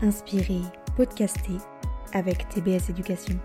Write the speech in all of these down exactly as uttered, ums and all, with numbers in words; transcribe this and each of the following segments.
inspirer, podcaster avec T B S Éducation.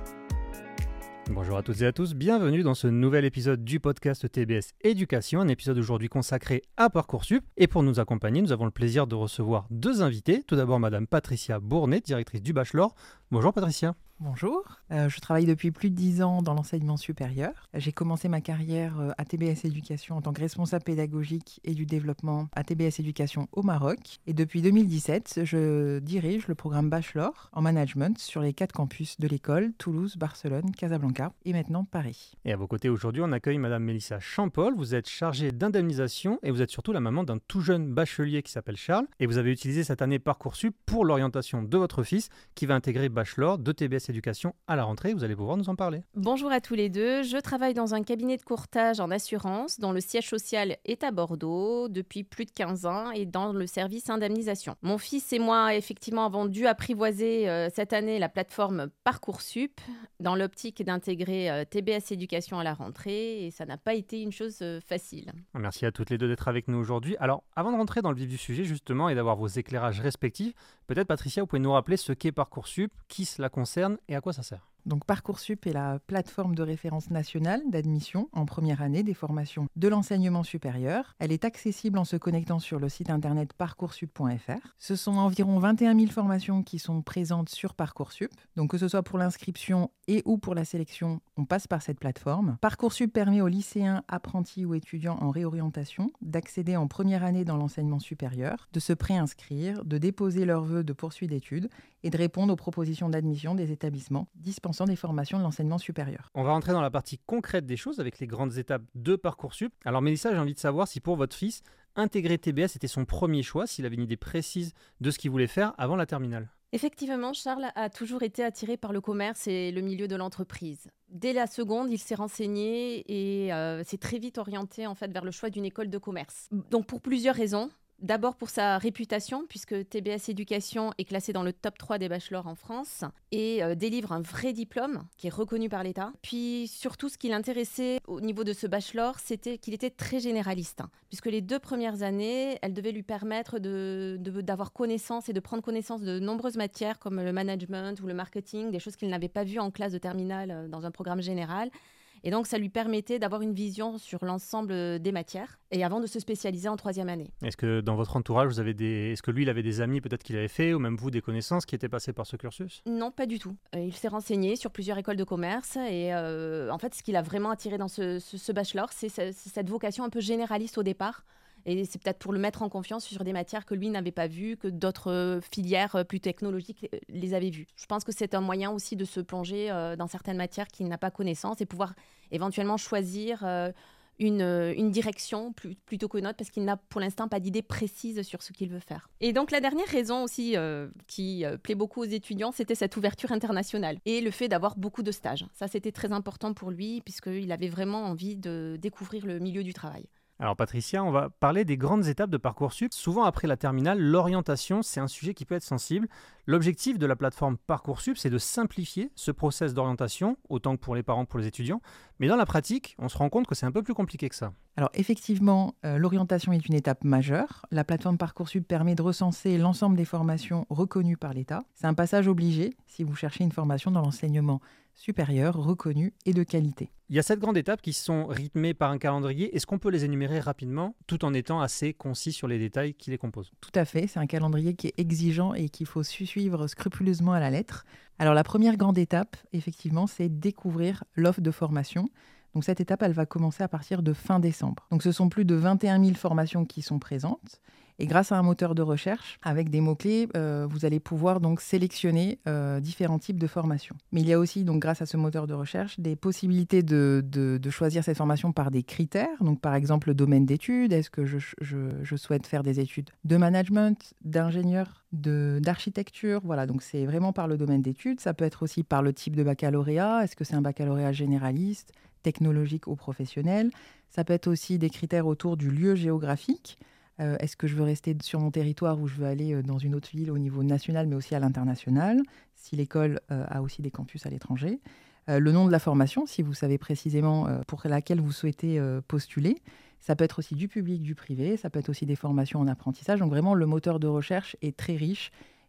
Bonjour à toutes et à tous, bienvenue dans ce nouvel épisode du podcast T B S Éducation, un épisode aujourd'hui consacré à Parcoursup. Et pour nous accompagner, nous avons le plaisir de recevoir deux invités. Tout d'abord, Madame Patricia Bournet, directrice du Bachelor. Bonjour Patricia. Bonjour, euh, je travaille depuis plus de dix ans dans l'enseignement supérieur. J'ai commencé ma carrière euh, à T B S Éducation en tant que responsable pédagogique et du développement à T B S Éducation au Maroc. Et depuis deux mille dix-sept, je dirige le programme Bachelor en management sur les quatre campus de l'école, Toulouse, Barcelone, Casablanca et maintenant Paris. Et à vos côtés aujourd'hui, on accueille Madame Mélissa Champol. Vous êtes chargée d'indemnisation et vous êtes surtout la maman d'un tout jeune bachelier qui s'appelle Charles. Et vous avez utilisé cette année Parcoursup pour l'orientation de votre fils qui va intégrer Bachelor de T B S Éducation à la rentrée. Vous allez pouvoir nous en parler. Bonjour à tous les deux. Je travaille dans un cabinet de courtage en assurance dont le siège social est à Bordeaux depuis plus de quinze ans et dans le service indemnisation. Mon fils et moi, effectivement, avons dû apprivoiser euh, cette année la plateforme Parcoursup dans l'optique d'intégrer euh, T B S Éducation à la rentrée et ça n'a pas été une chose euh, facile. Merci à toutes les deux d'être avec nous aujourd'hui. Alors, avant de rentrer dans le vif du sujet justement et d'avoir vos éclairages respectifs, peut-être Patricia, vous pouvez nous rappeler ce qu'est Parcoursup, qui cela concerne et à quoi ça sert ? Donc Parcoursup est la plateforme de référence nationale d'admission en première année des formations de l'enseignement supérieur. Elle est accessible en se connectant sur le site internet parcoursup point f r. Ce sont environ vingt et un mille formations qui sont présentes sur Parcoursup. Donc que ce soit pour l'inscription et ou pour la sélection, on passe par cette plateforme. Parcoursup permet aux lycéens, apprentis ou étudiants en réorientation d'accéder en première année dans l'enseignement supérieur, de se préinscrire, de déposer leurs vœux de poursuite d'études et de répondre aux propositions d'admission des établissements dispensant des formations de l'enseignement supérieur. On va rentrer dans la partie concrète des choses avec les grandes étapes de Parcoursup. Alors Mélissa, j'ai envie de savoir si pour votre fils, intégrer T B S était son premier choix, s'il avait une idée précise de ce qu'il voulait faire avant la terminale. Effectivement, Charles a toujours été attiré par le commerce et le milieu de l'entreprise. Dès la seconde, il s'est renseigné et euh, s'est très vite orienté en fait, vers le choix d'une école de commerce. Donc pour plusieurs raisons. D'abord pour sa réputation, puisque T B S Éducation est classé dans le top trois des bachelors en France et euh, délivre un vrai diplôme qui est reconnu par l'État. Puis surtout, ce qui l'intéressait au niveau de ce bachelor, c'était qu'il était très généraliste, hein, puisque les deux premières années, elles devaient lui permettre de, de, d'avoir connaissance et de prendre connaissance de nombreuses matières comme le management ou le marketing, des choses qu'il n'avait pas vues en classe de terminale dans un programme général. Et donc, ça lui permettait d'avoir une vision sur l'ensemble des matières et avant de se spécialiser en troisième année. Est-ce que dans votre entourage, vous avez des... Est-ce que lui, il avait des amis peut-être qu'il avait fait ou même vous, des connaissances qui étaient passées par ce cursus ? Non, pas du tout. Euh, il s'est renseigné sur plusieurs écoles de commerce et euh, en fait, ce qui l'a vraiment attiré dans ce, ce, ce bachelor, c'est, c'est cette vocation un peu généraliste au départ. Et c'est peut-être pour le mettre en confiance sur des matières que lui n'avait pas vues, que d'autres filières plus technologiques les avaient vues. Je pense que c'est un moyen aussi de se plonger dans certaines matières qu'il n'a pas connaissance et pouvoir éventuellement choisir une, une direction plus, plutôt qu'une autre parce qu'il n'a pour l'instant pas d'idée précise sur ce qu'il veut faire. Et donc la dernière raison aussi euh, qui euh, plaît beaucoup aux étudiants, c'était cette ouverture internationale et le fait d'avoir beaucoup de stages. Ça, c'était très important pour lui puisqu'il avait vraiment envie de découvrir le milieu du travail. Alors Patricia, on va parler des grandes étapes de Parcoursup. Souvent après la terminale, l'orientation, c'est un sujet qui peut être sensible. L'objectif de la plateforme Parcoursup, c'est de simplifier ce process d'orientation, autant que pour les parents que pour les étudiants. Mais dans la pratique, on se rend compte que c'est un peu plus compliqué que ça. Alors effectivement, euh, l'orientation est une étape majeure. La plateforme Parcoursup permet de recenser l'ensemble des formations reconnues par l'État. C'est un passage obligé si vous cherchez une formation dans l'enseignement supérieur, reconnue et de qualité. Il y a sept grandes étapes qui sont rythmées par un calendrier. Est-ce qu'on peut les énumérer rapidement, tout en étant assez concis sur les détails qui les composent ? Tout à fait, c'est un calendrier qui est exigeant et qu'il faut suivre scrupuleusement à la lettre. Alors la première grande étape, effectivement, c'est découvrir l'offre de formation. Donc cette étape, elle va commencer à partir de fin décembre. Donc ce sont plus de vingt et un mille formations qui sont présentes. Et grâce à un moteur de recherche, avec des mots-clés, euh, vous allez pouvoir donc sélectionner euh, différents types de formations. Mais il y a aussi, donc, grâce à ce moteur de recherche, des possibilités de, de, de choisir cette formation par des critères. Donc, par exemple, le domaine d'études. Est-ce que je, je, je souhaite faire des études de management, d'ingénieur, de, d'architecture ? Voilà, donc c'est vraiment par le domaine d'études. Ça peut être aussi par le type de baccalauréat. Est-ce que c'est un baccalauréat généraliste, technologique ou professionnel ? Ça peut être aussi des critères autour du lieu géographique. Euh, est-ce que je veux rester sur mon territoire ou je veux aller dans une autre ville au niveau national, mais aussi à l'international, si l'école euh, a aussi des campus à l'étranger. Euh, le nom de la formation, si vous savez précisément euh, pour laquelle vous souhaitez euh, postuler. Ça peut être aussi du public, du privé. Ça peut être aussi des formations en apprentissage. Donc vraiment, le moteur de recherche est très riche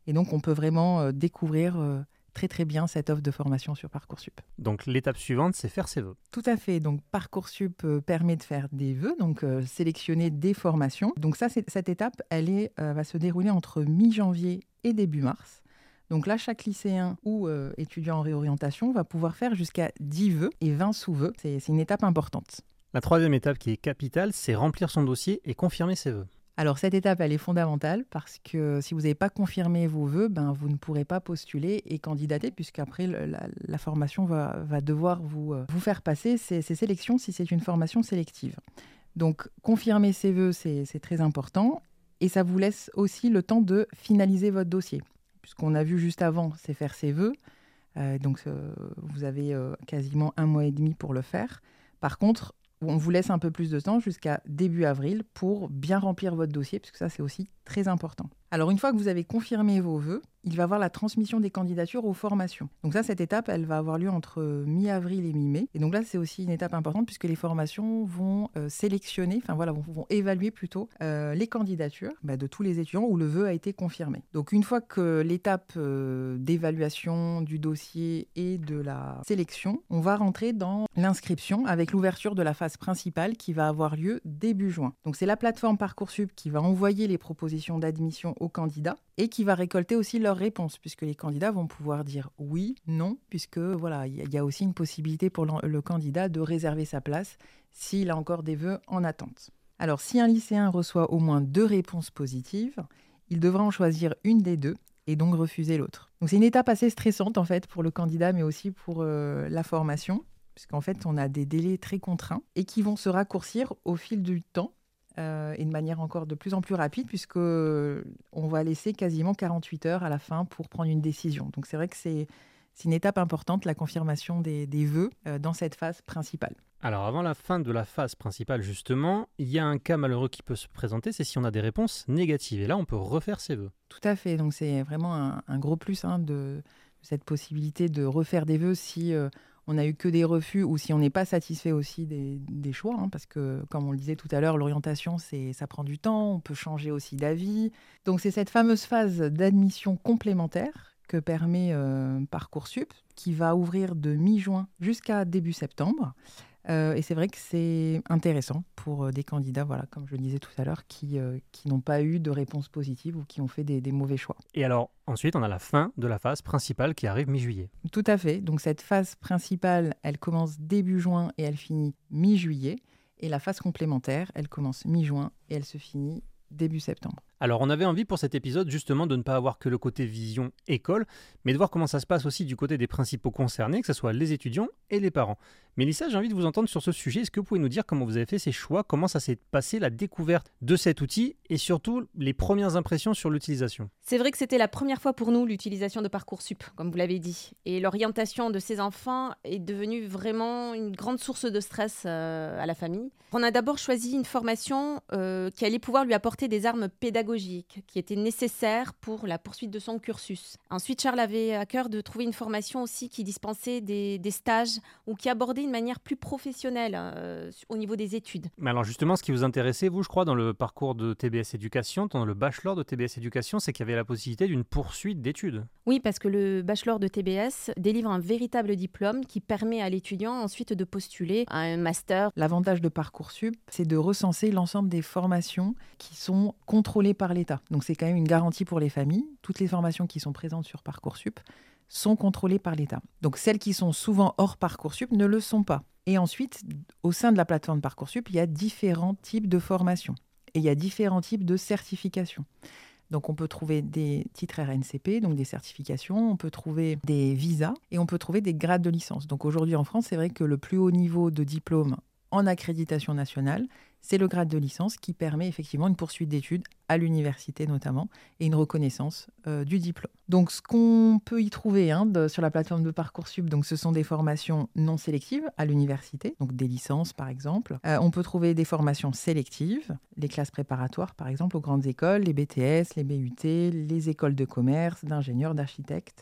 Et donc, on peut vraiment euh, découvrir euh, très très bien cette offre de formation sur Parcoursup. Donc l'étape suivante, c'est faire ses vœux. Tout à fait. Donc Parcoursup euh, permet de faire des vœux, donc euh, sélectionner des formations. Donc ça, c'est, cette étape, elle est, euh, va se dérouler entre mi-janvier et début mars. Donc là, chaque lycéen ou euh, étudiant en réorientation va pouvoir faire jusqu'à dix vœux et vingt sous-vœux. C'est, c'est une étape importante. La troisième étape qui est capitale, c'est remplir son dossier et confirmer ses vœux. Alors cette étape, elle est fondamentale parce que si vous n'avez pas confirmé vos vœux, ben, vous ne pourrez pas postuler et candidater puisqu'après le, la, la formation va, va devoir vous, euh, vous faire passer ces, ces sélections si c'est une formation sélective. Donc confirmer ses vœux, c'est, c'est très important et ça vous laisse aussi le temps de finaliser votre dossier. Puisqu'on a vu juste avant, c'est faire ses vœux. Euh, donc, euh, vous avez euh, quasiment un mois et demi pour le faire. Par contre, on vous laisse un peu plus de temps jusqu'à début avril pour bien remplir votre dossier, puisque ça, c'est aussi très important. Alors, une fois que vous avez confirmé vos vœux, il va y avoir la transmission des candidatures aux formations. Donc ça, cette étape, elle va avoir lieu entre mi-avril et mi-mai. Et donc là, c'est aussi une étape importante puisque les formations vont euh, sélectionner, enfin voilà, vont, vont évaluer plutôt euh, les candidatures bah, de tous les étudiants où le vœu a été confirmé. Donc une fois que l'étape euh, d'évaluation du dossier et de la sélection, on va rentrer dans l'inscription avec l'ouverture de la phase principale qui va avoir lieu début juin. Donc c'est la plateforme Parcoursup qui va envoyer les propositions d'admission aux candidats et qui va récolter aussi leurs réponses, puisque les candidats vont pouvoir dire oui, non, puisque voilà, il y, y a aussi une possibilité pour le, le candidat de réserver sa place s'il a encore des vœux en attente. Alors, si un lycéen reçoit au moins deux réponses positives, il devra en choisir une des deux et donc refuser l'autre. Donc, c'est une étape assez stressante en fait pour le candidat, mais aussi pour euh, la formation, puisqu'en fait, on a des délais très contraints et qui vont se raccourcir au fil du temps. Euh, et de manière encore de plus en plus rapide, puisqu'on va laisser quasiment quarante-huit heures à la fin pour prendre une décision. Donc c'est vrai que c'est, c'est une étape importante, la confirmation des, des vœux euh, dans cette phase principale. Alors avant la fin de la phase principale justement, il y a un cas malheureux qui peut se présenter, c'est si on a des réponses négatives. Et là, on peut refaire ses vœux. Tout à fait, donc c'est vraiment un, un gros plus hein, de, de cette possibilité de refaire des vœux si... Euh, on n'a eu que des refus ou si on n'est pas satisfait aussi des, des choix, hein, parce que, comme on le disait tout à l'heure, l'orientation, c'est, ça prend du temps, on peut changer aussi d'avis. Donc, c'est cette fameuse phase d'admission complémentaire que permet euh, Parcoursup, qui va ouvrir de mi-juin jusqu'à début septembre. Euh, et c'est vrai que c'est intéressant pour euh, des candidats, voilà, comme je le disais tout à l'heure, qui, euh, qui n'ont pas eu de réponse positive ou qui ont fait des, des mauvais choix. Et alors, ensuite, on a la fin de la phase principale qui arrive mi-juillet. Tout à fait. Donc, cette phase principale, elle commence début juin et elle finit mi-juillet. Et la phase complémentaire, elle commence mi-juin et elle se finit début septembre. Alors, on avait envie pour cet épisode justement de ne pas avoir que le côté vision école, mais de voir comment ça se passe aussi du côté des principaux concernés, que ce soit les étudiants et les parents. Mélissa, j'ai envie de vous entendre sur ce sujet. Est-ce que vous pouvez nous dire comment vous avez fait ces choix, comment ça s'est passé, la découverte de cet outil et surtout les premières impressions sur l'utilisation? C'est vrai que c'était la première fois pour nous l'utilisation de Parcoursup, comme vous l'avez dit. Et l'orientation de ces enfants est devenue vraiment une grande source de stress euh, à la famille. On a d'abord choisi une formation euh, qui allait pouvoir lui apporter des armes pédagogiques qui étaient nécessaires pour la poursuite de son cursus. Ensuite, Charles avait à cœur de trouver une formation aussi qui dispensait des, des stages ou qui abordait une manière plus professionnelle euh, au niveau des études. Mais alors justement, ce qui vous intéressait, vous, je crois, dans le parcours de T B S Éducation, dans le bachelor de T B S Éducation, c'est qu'il y avait la possibilité d'une poursuite d'études. Oui, parce que le bachelor de T B S délivre un véritable diplôme qui permet à l'étudiant ensuite de postuler à un master. L'avantage de Parcoursup, c'est de recenser l'ensemble des formations qui sont contrôlées par l'État. Donc c'est quand même une garantie pour les familles. Toutes les formations qui sont présentes sur Parcoursup sont contrôlées par l'État. Donc celles qui sont souvent hors Parcoursup ne le sont pas. Et ensuite, au sein de la plateforme Parcoursup, il y a différents types de formations. Et il y a différents types de certifications. Donc on peut trouver des titres R N C P, donc des certifications, on peut trouver des visas et on peut trouver des grades de licence. Donc aujourd'hui en France, c'est vrai que le plus haut niveau de diplôme en accréditation nationale, c'est le grade de licence qui permet effectivement une poursuite d'études à l'université notamment et une reconnaissance euh, du diplôme. Donc ce qu'on peut y trouver hein, de, sur la plateforme de Parcoursup, donc ce sont des formations non sélectives à l'université, donc des licences par exemple. Euh, on peut trouver des formations sélectives, les classes préparatoires par exemple aux grandes écoles, les B T S, les B U T, les écoles de commerce, d'ingénieurs, d'architectes.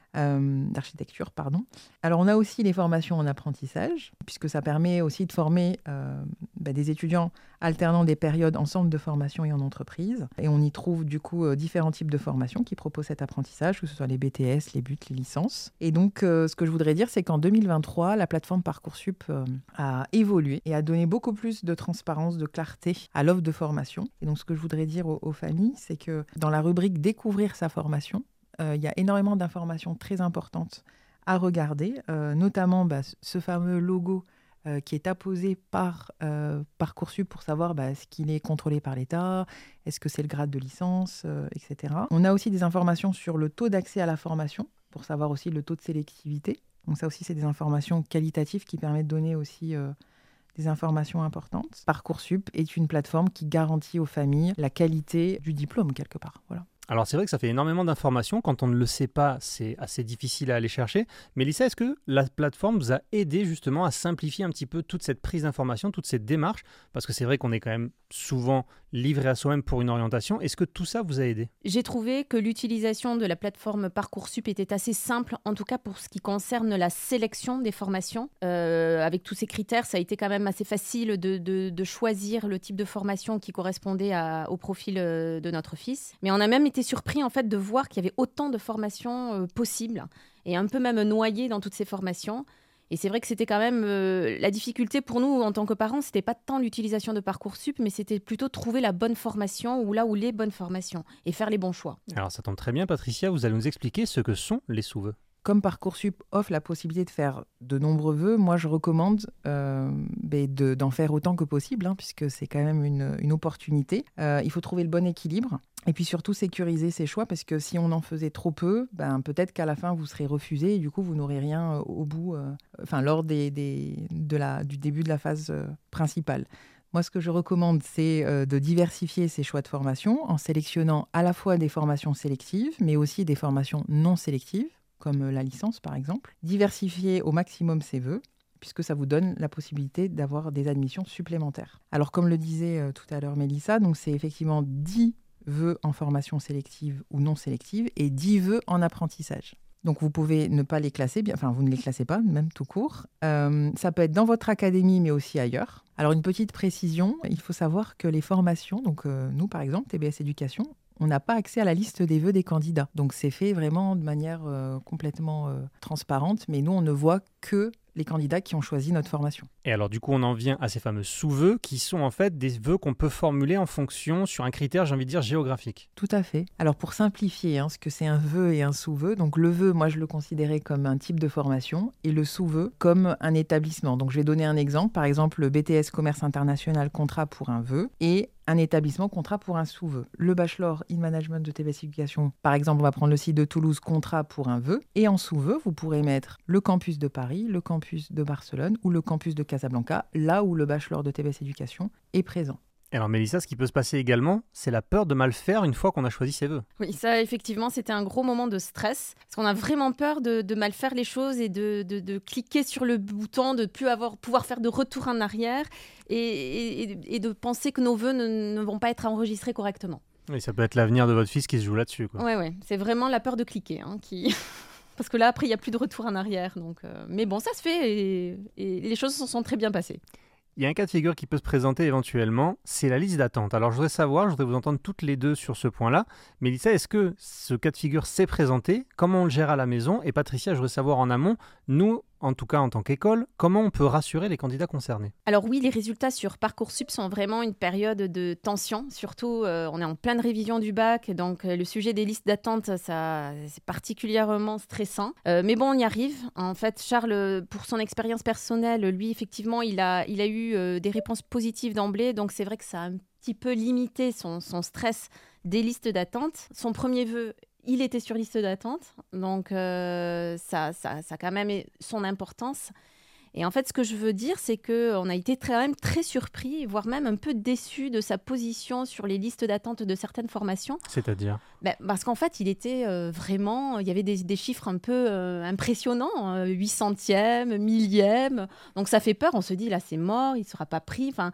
euh, d'architecture, pardon. Alors, on a aussi les formations en apprentissage, puisque ça permet aussi de former euh, bah, des étudiants alternant des périodes en centre de formation et en entreprise. Et on y trouve du coup euh, différents types de formations qui proposent cet apprentissage, que ce soit les B T S, les B U T, les licences. Et donc, euh, ce que je voudrais dire, c'est qu'en deux mille vingt-trois, la plateforme Parcoursup euh, a évolué et a donné beaucoup plus de transparence, de clarté à l'offre de formation. Et donc, ce que je voudrais dire aux, aux familles, c'est que dans la rubrique « Découvrir sa formation », euh, il y a énormément d'informations très importantes à regarder, euh, notamment bah, ce fameux logo euh, qui est apposé par euh, Parcoursup pour savoir bah, est-ce qu'il est contrôlé par l'État, est-ce que c'est le grade de licence, euh, et cetera. On a aussi des informations sur le taux d'accès à la formation pour savoir aussi le taux de sélectivité. Donc ça aussi, c'est des informations qualitatives qui permettent de donner aussi euh, des informations importantes. Parcoursup est une plateforme qui garantit aux familles la qualité du diplôme quelque part. Voilà. Alors c'est vrai que ça fait énormément d'informations. Quand on ne le sait pas, c'est assez difficile à aller chercher. Mélissa, est-ce que la plateforme vous a aidé justement à simplifier un petit peu toute cette prise d'information, toute cette démarche? Parce que c'est vrai qu'on est quand même souvent livré à soi-même pour une orientation. Est-ce que tout ça vous a aidé? J'ai trouvé que l'utilisation de la plateforme Parcoursup était assez simple, en tout cas pour ce qui concerne la sélection des formations. Euh, avec tous ces critères, ça a été quand même assez facile de, de, de choisir le type de formation qui correspondait à, au profil de notre fils. Mais on a même été surpris en fait de voir qu'il y avait autant de formations euh, possibles et un peu même noyées dans toutes ces formations. Et c'est vrai que c'était quand même euh, la difficulté pour nous en tant que parents, c'était pas tant l'utilisation de Parcoursup, mais c'était plutôt trouver la bonne formation ou là où les bonnes formations et faire les bons choix. Alors ça tombe très bien, Patricia, vous allez nous expliquer ce que sont les sous-vœux. Comme Parcoursup offre la possibilité de faire de nombreux vœux, moi je recommande euh, de, d'en faire autant que possible, hein, puisque c'est quand même une, une opportunité. Euh, il faut trouver le bon équilibre et puis surtout sécuriser ses choix, parce que si on en faisait trop peu, ben, peut-être qu'à la fin vous serez refusé et du coup vous n'aurez rien au bout, euh, enfin lors des, des, de la, du début de la phase euh, principale. Moi, ce que je recommande, c'est euh, de diversifier ses choix de formation en sélectionnant à la fois des formations sélectives, mais aussi des formations non sélectives, comme la licence par exemple. Diversifier au maximum ses vœux, puisque ça vous donne la possibilité d'avoir des admissions supplémentaires. Alors comme le disait euh, tout à l'heure Mélissa, donc c'est effectivement dix vœux en formation sélective ou non sélective et dix vœux en apprentissage. Donc vous pouvez ne pas les classer, bien, enfin vous ne les classez pas, même tout court. Euh, ça peut être dans votre académie, mais aussi ailleurs. Alors une petite précision, il faut savoir que les formations, donc euh, nous par exemple, T B S Éducation, on n'a pas accès à la liste des vœux des candidats. Donc c'est fait vraiment de manière euh, complètement euh, transparente, mais nous on ne voit que les candidats qui ont choisi notre formation. Et alors du coup on en vient à ces fameux sous-vœux qui sont en fait des vœux qu'on peut formuler en fonction sur un critère, j'ai envie de dire, géographique. Tout à fait. Alors pour simplifier hein, ce que c'est un vœu et un sous-vœu, donc le vœu, moi je le considérais comme un type de formation et le sous-vœu comme un établissement. Donc je vais donner un exemple, par exemple le B T S Commerce International contrat pour un vœu et un établissement contrat pour un sous-vœu. Le bachelor in management de T B S Éducation, par exemple, on va prendre le site de Toulouse, contrat pour un vœu. Et en sous-vœu, vous pourrez mettre le campus de Paris, le campus de Barcelone ou le campus de Casablanca, là où le bachelor de T B S Éducation est présent. Alors Mélissa, ce qui peut se passer également, c'est la peur de mal faire une fois qu'on a choisi ses vœux. Oui, ça effectivement, c'était un gros moment de stress, parce qu'on a vraiment peur de, de mal faire les choses et de, de, de cliquer sur le bouton, de ne plus avoir, pouvoir faire de retour en arrière et, et, et de penser que nos vœux ne, ne vont pas être enregistrés correctement. Oui, ça peut être l'avenir de votre fils qui se joue là-dessus, quoi. Oui, ouais, c'est vraiment la peur de cliquer hein, qui... Parce que là, après, il n'y a plus de retour en arrière. Donc, euh... Mais bon, ça se fait et, et les choses se sont très bien passées. Il y a un cas de figure qui peut se présenter éventuellement, c'est la liste d'attente. Alors je voudrais savoir, je voudrais vous entendre toutes les deux sur ce point-là. Mélissa, est-ce que ce cas de figure s'est présenté? Comment on le gère à la maison? Et Patricia, je voudrais savoir en amont, nous, en tout cas en tant qu'école, comment on peut rassurer les candidats concernés? Alors oui, les résultats sur Parcoursup sont vraiment une période de tension. Surtout, euh, on est en pleine révision du bac, donc euh, le sujet des listes d'attente, ça, c'est particulièrement stressant. Euh, mais bon, on y arrive. En fait, Charles, pour son expérience personnelle, lui, effectivement, il a, il a eu euh, des réponses positives d'emblée, donc c'est vrai que ça a un petit peu limité son, son stress des listes d'attente. Son premier vœu, il était sur liste d'attente, donc euh, ça, ça, ça a quand même son importance. Et en fait, ce que je veux dire, c'est qu'on a été très, quand même très surpris, voire même un peu déçus de sa position sur les listes d'attente de certaines formations. C'est-à-dire ben, Parce qu'en fait, il était euh, vraiment... Il y avait des, des chiffres un peu euh, impressionnants, hein, huit centièmes, millième. Donc ça fait peur, on se dit, là, c'est mort, il ne sera pas pris. Enfin,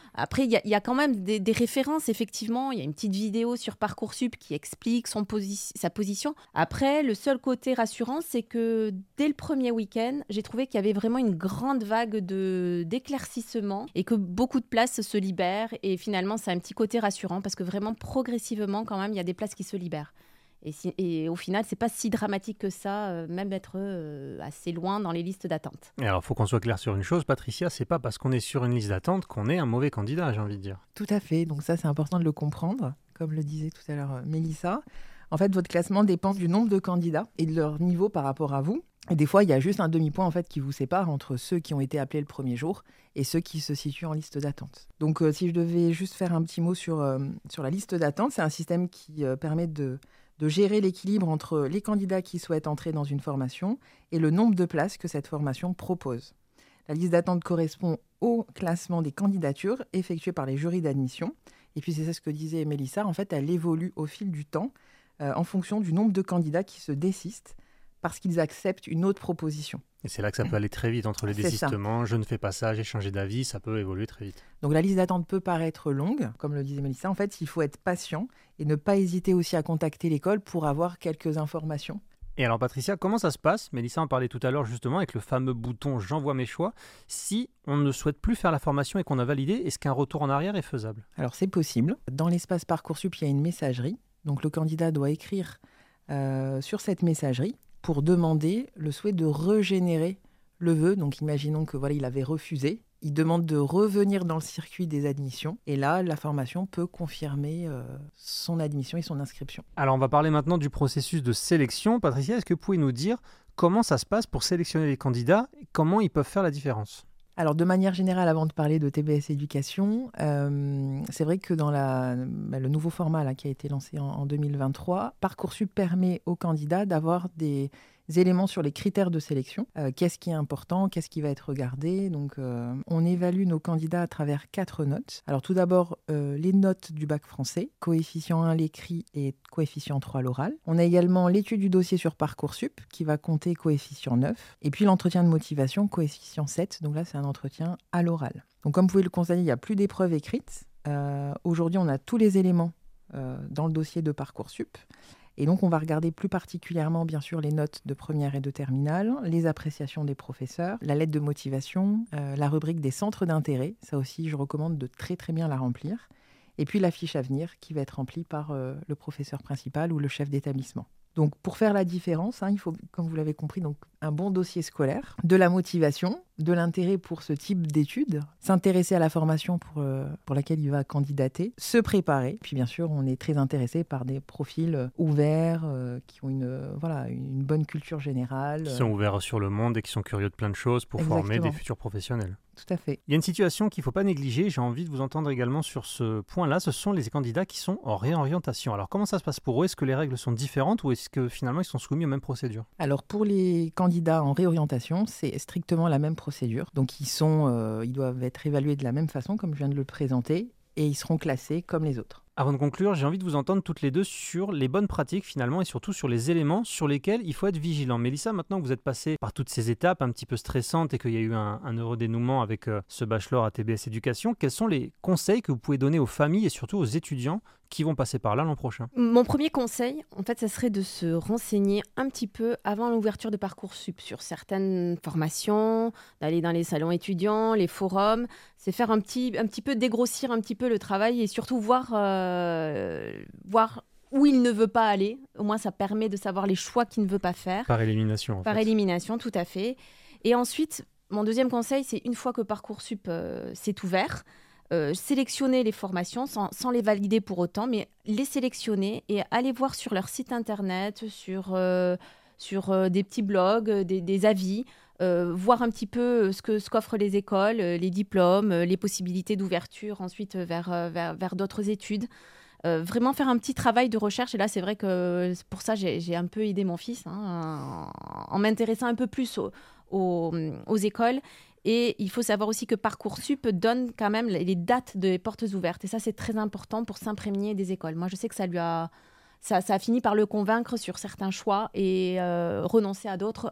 Après, il y, y a quand même des, des références, effectivement. Il y a une petite vidéo sur Parcoursup qui explique son posi- sa position. Après, le seul côté rassurant, c'est que dès le premier week-end, j'ai trouvé qu'il y avait vraiment une grande vague de, d'éclaircissement et que beaucoup de places se libèrent. Et finalement, c'est un petit côté rassurant parce que vraiment, progressivement, quand même, il y a des places qui se libèrent. Et, si, et au final, c'est pas si dramatique que ça, euh, même d'être euh, assez loin dans les listes d'attente. Et alors, il faut qu'on soit clair sur une chose, Patricia, c'est pas parce qu'on est sur une liste d'attente qu'on est un mauvais candidat, j'ai envie de dire. Tout à fait, donc ça c'est important de le comprendre, comme le disait tout à l'heure euh, Mélissa. En fait, votre classement dépend du nombre de candidats et de leur niveau par rapport à vous. Et des fois, il y a juste un demi-point en fait, qui vous sépare entre ceux qui ont été appelés le premier jour et ceux qui se situent en liste d'attente. Donc, euh, si je devais juste faire un petit mot sur, euh, sur la liste d'attente, c'est un système qui euh, permet de... de gérer l'équilibre entre les candidats qui souhaitent entrer dans une formation et le nombre de places que cette formation propose. La liste d'attente correspond au classement des candidatures effectuées par les jurys d'admission. Et puis, c'est ça ce que disait Mélissa, en fait, elle évolue au fil du temps euh, en fonction du nombre de candidats qui se désistent parce qu'ils acceptent une autre proposition. Et c'est là que ça peut aller très vite entre les C'est désistements. Je ne fais pas ça, j'ai changé d'avis, ça peut évoluer très vite. Donc la liste d'attente peut paraître longue, comme le disait Mélissa. En fait, il faut être patient et ne pas hésiter aussi à contacter l'école pour avoir quelques informations. Et alors Patricia, comment ça se passe ? Mélissa en parlait tout à l'heure justement avec le fameux bouton « J'envoie mes choix ». Si on ne souhaite plus faire la formation et qu'on a validé, est-ce qu'un retour en arrière est faisable ? Alors c'est possible. Dans l'espace Parcoursup, il y a une messagerie. Donc le candidat doit écrire euh, sur cette messagerie pour demander le souhait de régénérer le vœu. Donc imaginons que voilà, il avait refusé. Il demande de revenir dans le circuit des admissions. Et là, la formation peut confirmer euh, son admission et son inscription. Alors on va parler maintenant du processus de sélection. Patricia, est-ce que vous pouvez nous dire comment ça se passe pour sélectionner les candidats et comment ils peuvent faire la différence ? Alors, de manière générale, avant de parler de T B S Éducation, euh, c'est vrai que dans la, bah, le nouveau format là, qui a été lancé en, en deux mille vingt-trois, Parcoursup permet aux candidats d'avoir des éléments sur les critères de sélection. Euh, qu'est-ce qui est important, qu'est-ce qui va être regardé. Donc, euh, on évalue nos candidats à travers quatre notes. Alors, tout d'abord, euh, les notes du bac français, coefficient un l'écrit et coefficient trois l'oral. On a également l'étude du dossier sur Parcoursup qui va compter coefficient neuf. Et puis, l'entretien de motivation, coefficient sept. Donc là, c'est un entretien à l'oral. Donc, comme vous pouvez le constater, il n'y a plus d'épreuves écrites. Euh, aujourd'hui, on a tous les éléments euh, dans le dossier de Parcoursup. Et donc, on va regarder plus particulièrement, bien sûr, les notes de première et de terminale, les appréciations des professeurs, la lettre de motivation, euh, la rubrique des centres d'intérêt. Ça aussi, je recommande de très, très bien la remplir. Et puis, la fiche à venir qui va être remplie par euh, le professeur principal ou le chef d'établissement. Donc, pour faire la différence, hein, il faut, comme vous l'avez compris, donc, un bon dossier scolaire, de la motivation, de l'intérêt pour ce type d'études, s'intéresser à la formation pour, euh, pour laquelle il va candidater, se préparer. Puis, bien sûr, on est très intéressé par des profils ouverts, euh, qui ont une, euh, voilà, une bonne culture générale. Qui sont ouverts sur le monde et qui sont curieux de plein de choses pour Exactement. former des futurs professionnels. Tout à fait. Il y a une situation qu'il ne faut pas négliger, j'ai envie de vous entendre également sur ce point-là, ce sont les candidats qui sont en réorientation. Alors comment ça se passe pour eux ? Est-ce que les règles sont différentes ou est-ce que finalement ils sont soumis aux mêmes procédures ? Alors pour les candidats en réorientation, c'est strictement la même procédure. Donc ils, sont, euh, ils doivent être évalués de la même façon comme je viens de le présenter et ils seront classés comme les autres. Avant de conclure, j'ai envie de vous entendre toutes les deux sur les bonnes pratiques finalement et surtout sur les éléments sur lesquels il faut être vigilant. Mélissa, maintenant que vous êtes passée par toutes ces étapes un petit peu stressantes et qu'il y a eu un, un heureux dénouement avec euh, ce bachelor à T B S Éducation, quels sont les conseils que vous pouvez donner aux familles et surtout aux étudiants qui vont passer par là l'an prochain ? Mon premier conseil, en fait, ça serait de se renseigner un petit peu avant l'ouverture de Parcoursup sur certaines formations, d'aller dans les salons étudiants, les forums. C'est faire un petit, un petit peu dégrossir un petit peu le travail et surtout voir, euh, voir où il ne veut pas aller. Au moins, ça permet de savoir les choix qu'il ne veut pas faire. Par élimination, en Par fait. élimination, tout à fait. Et ensuite, mon deuxième conseil, c'est une fois que Parcoursup euh, s'est ouvert, Euh, sélectionner les formations sans, sans les valider pour autant, mais les sélectionner et aller voir sur leur site internet, sur, euh, sur euh, des petits blogs, des, des avis, euh, voir un petit peu ce, que, ce qu'offrent les écoles, les diplômes, les possibilités d'ouverture ensuite vers, vers, vers d'autres études. Euh, vraiment faire un petit travail de recherche. Et là, c'est vrai que pour ça, j'ai, j'ai un peu aidé mon fils hein, en, en m'intéressant un peu plus aux, aux, aux écoles. Et il faut savoir aussi que Parcoursup donne quand même les dates des portes ouvertes. Et ça, c'est très important pour s'imprégner des écoles. Moi, je sais que ça lui a, ça, ça a fini par le convaincre sur certains choix et euh, renoncer à d'autres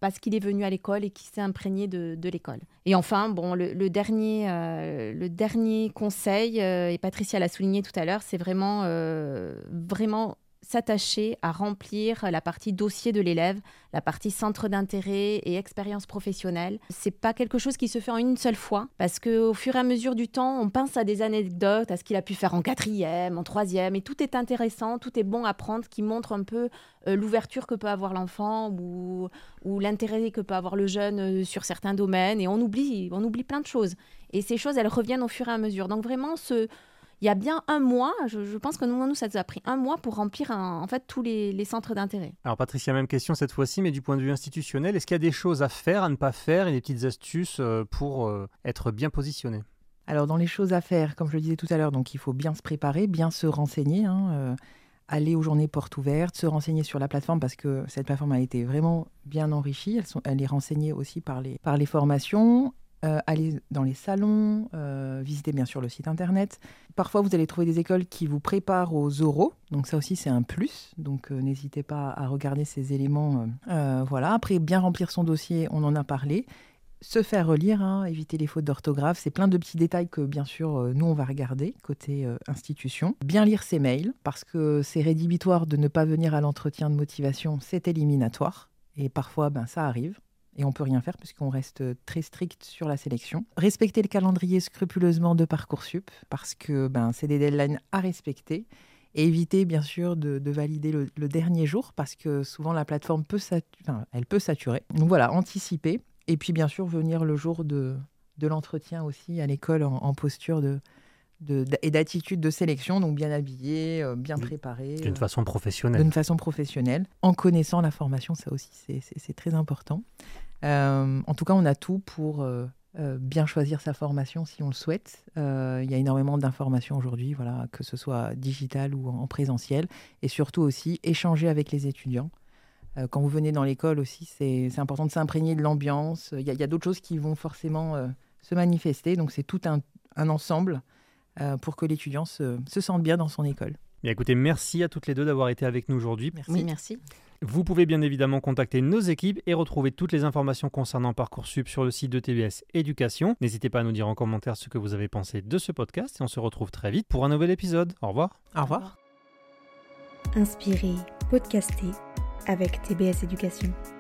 parce qu'il est venu à l'école et qu'il s'est imprégné de, de l'école. Et enfin, bon, le, le, dernier, euh, le dernier conseil, euh, et Patricia l'a souligné tout à l'heure, c'est vraiment, euh, vraiment s'attacher à remplir la partie dossier de l'élève, la partie centre d'intérêt et expérience professionnelle. C'est pas quelque chose qui se fait en une seule fois, parce qu'au fur et à mesure du temps, on pense à des anecdotes, à ce qu'il a pu faire en quatrième, en troisième, et tout est intéressant, tout est bon à prendre, qui montre un peu euh, l'ouverture que peut avoir l'enfant ou, ou l'intérêt que peut avoir le jeune euh, sur certains domaines, et on oublie, on oublie plein de choses. Et ces choses, elles reviennent au fur et à mesure. Donc vraiment, ce... il y a bien un mois, je, je pense que nous, nous, ça nous a pris un mois pour remplir un, en fait, tous les, les centres d'intérêt. Alors Patricia, même question cette fois-ci, mais du point de vue institutionnel, est-ce qu'il y a des choses à faire, à ne pas faire, et des petites astuces pour euh, être bien positionné ? Alors dans les choses à faire, comme je le disais tout à l'heure, donc il faut bien se préparer, bien se renseigner, hein, euh, aller aux journées portes ouvertes, se renseigner sur la plateforme parce que cette plateforme a été vraiment bien enrichie, elle, sont, elle est renseignée aussi par les, par les formations. Euh, aller dans les salons, euh, visiter bien sûr le site internet. Parfois, vous allez trouver des écoles qui vous préparent aux oraux. Donc ça aussi, c'est un plus. Donc euh, n'hésitez pas à regarder ces éléments. Euh, voilà. Après, bien remplir son dossier, on en a parlé. Se faire relire, hein, éviter les fautes d'orthographe. C'est plein de petits détails que, bien sûr, euh, nous, on va regarder côté euh, institution. Bien lire ses mails, parce que c'est rédhibitoire de ne pas venir à l'entretien de motivation. C'est éliminatoire. Et parfois, ben, ça arrive. Et on ne peut rien faire puisqu'on reste très strict sur la sélection. Respecter le calendrier scrupuleusement de Parcoursup parce que ben, c'est des deadlines à respecter. Et éviter, bien sûr, de, de valider le, le dernier jour parce que souvent, la plateforme peut, satu- enfin, elle peut saturer. Donc voilà, anticiper. Et puis, bien sûr, venir le jour de, de l'entretien aussi à l'école en, en posture de... De, et d'attitude de sélection, donc bien habillé, euh, bien préparé. D'une euh, façon professionnelle. D'une façon professionnelle, en connaissant la formation, ça aussi, c'est, c'est, c'est très important. Euh, en tout cas, on a tout pour euh, euh, bien choisir sa formation si on le souhaite. Euh, il y a énormément d'informations aujourd'hui, voilà, que ce soit digital ou en, en présentiel. Et surtout aussi, échanger avec les étudiants. Euh, quand vous venez dans l'école aussi, c'est, c'est important de s'imprégner de l'ambiance. Il y a, il y a d'autres choses qui vont forcément euh, se manifester. Donc, c'est tout un, un ensemble Euh, pour que l'étudiant se, se sente bien dans son école. Bien, écoutez, merci à toutes les deux d'avoir été avec nous aujourd'hui. Merci. Oui, merci. Vous pouvez bien évidemment contacter nos équipes et retrouver toutes les informations concernant Parcoursup sur le site de T B S Éducation. N'hésitez pas à nous dire en commentaire ce que vous avez pensé de ce podcast et on se retrouve très vite pour un nouvel épisode. Au revoir. Au revoir. Inspirez, podcastez avec T B S Éducation.